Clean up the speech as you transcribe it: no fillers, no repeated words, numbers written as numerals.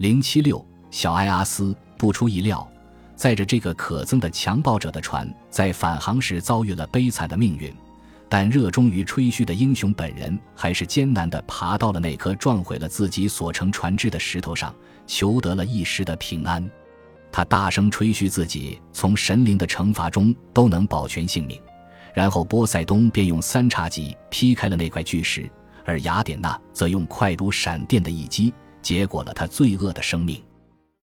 076小埃阿斯不出意料，载着这个可憎的强暴者的船在返航时遭遇了悲惨的命运，但热衷于吹嘘的英雄本人还是艰难地爬到了那颗撞毁了自己所乘船只的石头上，求得了一时的平安。他大声吹嘘自己从神灵的惩罚中都能保全性命，然后波塞冬便用3叉戟劈开了那块巨石，而雅典娜则用快如闪电的一击结果了他罪恶的生命。